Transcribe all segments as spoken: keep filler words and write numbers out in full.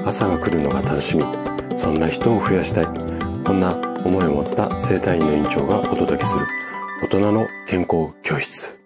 朝が来るのが楽しみ、そんな人を増やしたい、こんな思いを持った整体院の院長がお届けする大人の健康教室。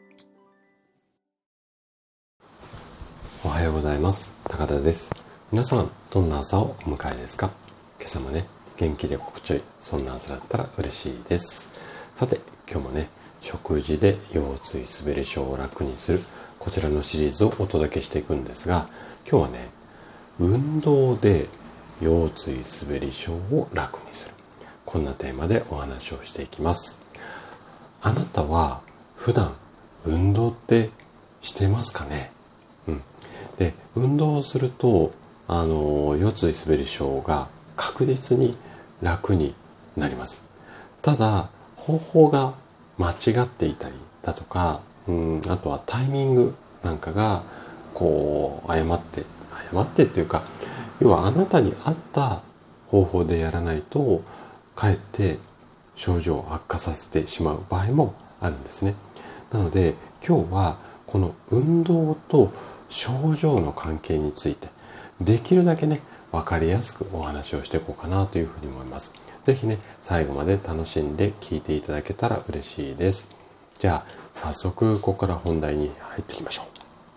おはようございます。高田です。皆さんどんな朝をお迎えですか？今朝もね元気で心地よい、そんな朝だったら嬉しいです。さて今日もね、食事で腰椎滑り症を楽にするこちらのシリーズをお届けしていくんですが、今日はね、運動で腰椎滑り症を楽にする、こんなテーマでお話をしていきます。あなたは普段運動ってしてますかね？うん、で運動をするとあの腰椎滑り症が確実に楽になります。ただ方法が間違っていたりだとか、うん、あとはタイミングなんかがこう誤って誤ってっていうか、要はあなたに合った方法でやらないとかえって症状を悪化させてしまう場合もあるんですね。なので今日はこの運動と症状の関係についてできるだけね分かりやすくお話をしていこうかなというふうに思います。ぜひね最後まで楽しんで聞いていただけたら嬉しいです。じゃあ早速ここから本題に入っていきましょ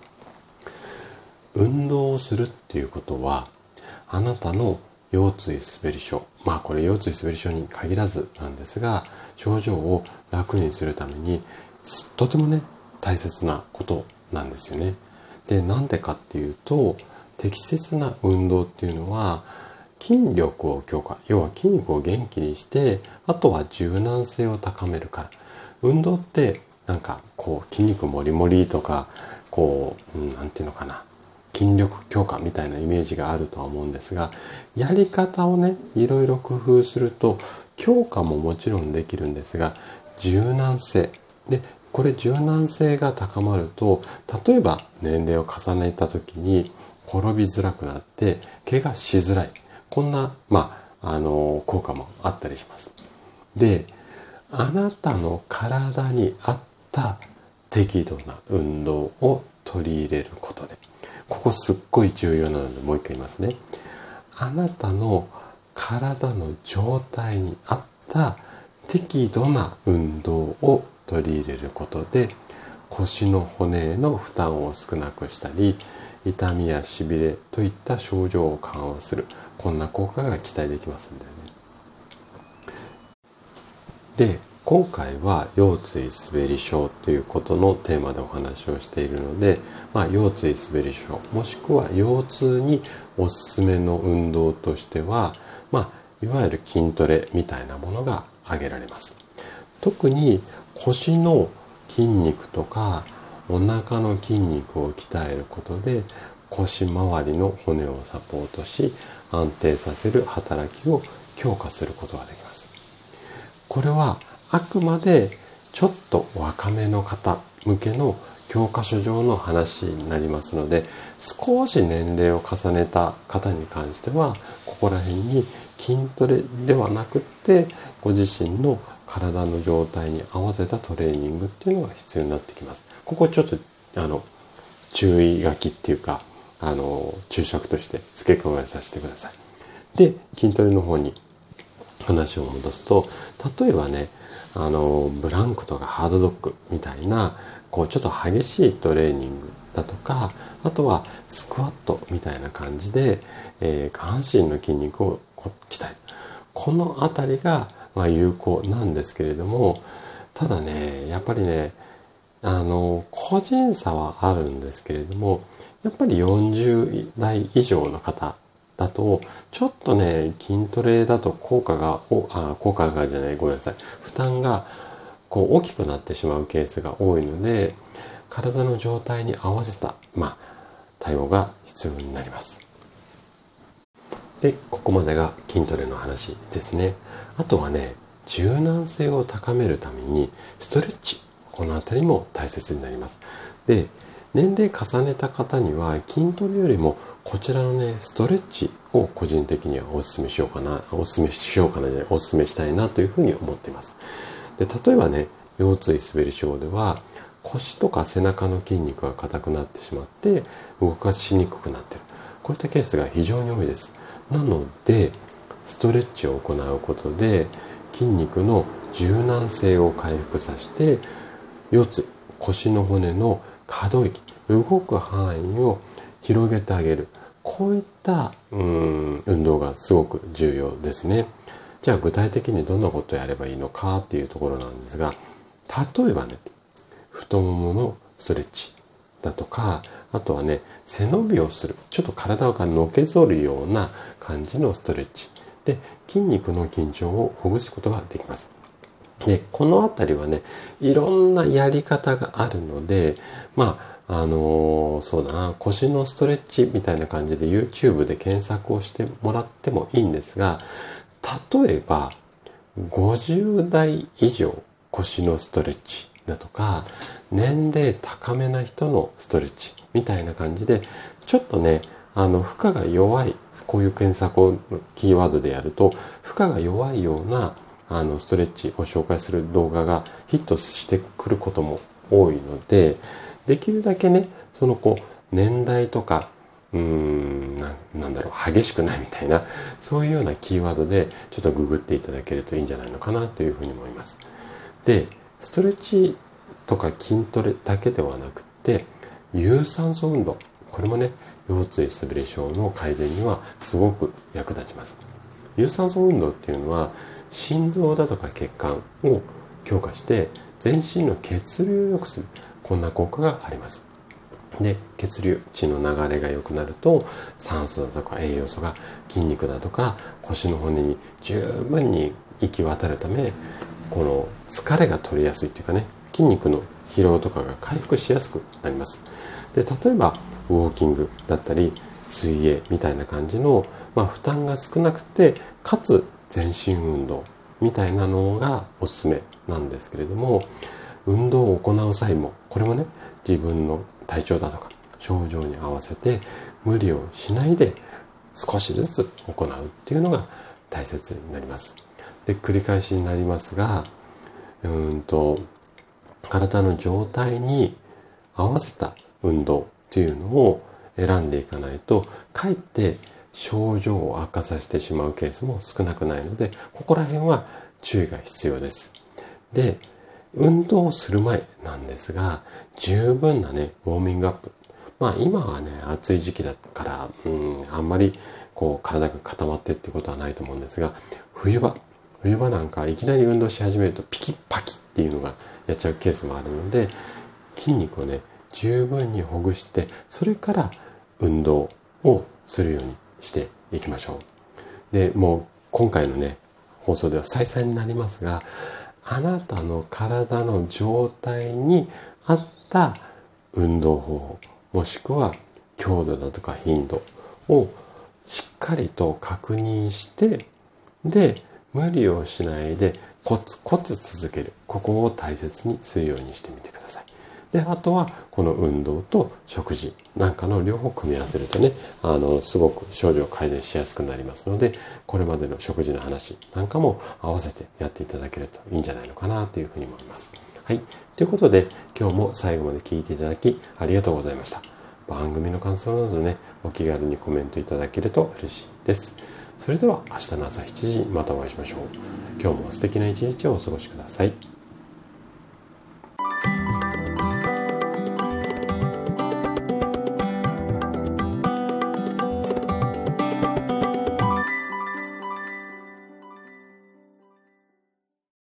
う。運動をするっていうことはあなたの腰椎滑り症、まあこれ腰椎滑り症に限らずなんですが、症状を楽にするためにとてもね大切なことなんですよね。で、なんでかっていうと、適切な運動っていうのは筋力を強化、要は筋肉を元気にして、あとは柔軟性を高めるから。運動ってなんかこう筋肉もりもりとか、こう、うん、なんていうのかな、筋力強化みたいなイメージがあるとは思うんですが、やり方をねいろいろ工夫すると強化ももちろんできるんですが、柔軟性で、これ柔軟性が高まると、例えば年齢を重ねた時に転びづらくなって怪我しづらい、こんなまああの効果もあったりします。で、あなたの体に合った適度な運動を取り入れることで、ここすっごい重要なのでもう一回言いますね。あなたの体の状態に合った適度な運動を取り入れることで、腰の骨への負担を少なくしたり、痛みやしびれといった症状を緩和する、こんな効果が期待できますんだよね。で、今回は腰椎滑り症ということのテーマでお話をしているので、まあ、腰椎滑り症もしくは腰痛におすすめの運動としては、まあ、いわゆる筋トレみたいなものが挙げられます。特に腰の筋肉とかお腹の筋肉を鍛えることで腰周りの骨をサポートし、安定させる働きを強化することができます。これはあくまでちょっと若めの方向けの教科書上の話になりますので、少し年齢を重ねた方に関してはここら辺に筋トレではなくってご自身の体の状態に合わせたトレーニングっていうのが必要になってきます。ここちょっとあの注意書きっていうか、あの注釈として付け加えさせてください。で、筋トレの方に話を戻すと、例えばね、あのブランクとかハードドッグみたいなこうちょっと激しいトレーニングだとか、あとはスクワットみたいな感じで、えー、下半身の筋肉を鍛える、このあたりがまあ有効なんですけれども、ただねやっぱりねあの個人差はあるんですけれども、やっぱりよんじゅう代以上の方だとちょっとね筋トレだと効果があ効果がじゃないごめんなさい負担がこう大きくなってしまうケースが多いので、体の状態に合わせたまあ対応が必要になります。で、ここまでが筋トレの話ですね。あとはね、柔軟性を高めるためにストレッチ、このあたりも大切になります。で、年齢重ねた方には筋トレよりもこちらのねストレッチを個人的にはお勧めしようかなお勧めしようかなお勧めしたいなというふうに思っています。で、例えばね腰椎滑り症では腰とか背中の筋肉が硬くなってしまって動かしにくくなっている、 こういったケースが非常に多いです。なので、ストレッチを行うことで筋肉の柔軟性を回復させて、腰椎、腰の骨の可動域、動く範囲を広げてあげる。こういったうーん運動がすごく重要ですね。じゃあ具体的にどんなことをやればいいのかっていうところなんですが、例えばね、太もものストレッチだとか、あとはね、背伸びをする。ちょっと体がのけぞるような感じのストレッチ。で、筋肉の緊張をほぐすことができます。で、このあたりはね、いろんなやり方があるので、まあ、あのー、そうだな、腰のストレッチみたいな感じで YouTube で検索をしてもらってもいいんですが、例えば、ごじゅう代以上腰のストレッチだとか、年齢高めな人のストレッチみたいな感じで、ちょっとね、あの、負荷が弱い、こういう検索をキーワードでやると、負荷が弱いようなあのストレッチを紹介する動画がヒットしてくることも多いので、できるだけね、そのこう、年代とか、うーんな、なんだろう、激しくないみたいな、そういうようなキーワードでちょっとググっていただけるといいんじゃないのかなというふうに思います。で、ストレッチとか筋トレだけではなくて、有酸素運動。これもね、腰椎すべり症の改善にはすごく役立ちます。有酸素運動っていうのは、心臓だとか血管を強化して全身の血流を良くする、こんな効果があります。で、血流、血の流れが良くなると、酸素だとか栄養素が筋肉だとか腰の骨に十分に行き渡るため、この疲れが取りやすいというかね、筋肉の疲労とかが回復しやすくなります。で、例えばウォーキングだったり水泳みたいな感じの、まあ、負担が少なくてかつ全身運動みたいなのがおすすめなんですけれども、運動を行う際もこれもね、自分の体調だとか症状に合わせて無理をしないで少しずつ行うっていうのが大切になります。で、繰り返しになりますが、うーんと体の状態に合わせた運動っていうのを選んでいかないと、かえって症状を悪化させてしまうケースも少なくないので、ここら辺は注意が必要です。で、運動をする前なんですが、十分なね、ウォーミングアップ。まあ今はね、暑い時期だから、うん、あんまりこう体が固まってっていうことはないと思うんですが、冬場、冬場なんかいきなり運動し始めるとピキッパキッっていうのがやっちゃうケースもあるので、筋肉をね、十分にほぐして、それから運動をするようにしていきましょう。で、もう今回のね、放送では再三になりますが、あなたの体の状態に合った運動方法、もしくは強度だとか頻度をしっかりと確認して、で、無理をしないでコツコツ続ける。ここを大切にするようにしてみてください。で、あとはこの運動と食事なんかの両方組み合わせるとね、あのすごく症状改善しやすくなりますので、これまでの食事の話なんかも合わせてやっていただけるといいんじゃないのかなというふうに思います。はい。ということで、今日も最後まで聞いていただきありがとうございました。番組の感想などね、お気軽にコメントいただけると嬉しいです。それでは明日の朝しちじにまたお会いしましょう。今日も素敵な一日をお過ごしください。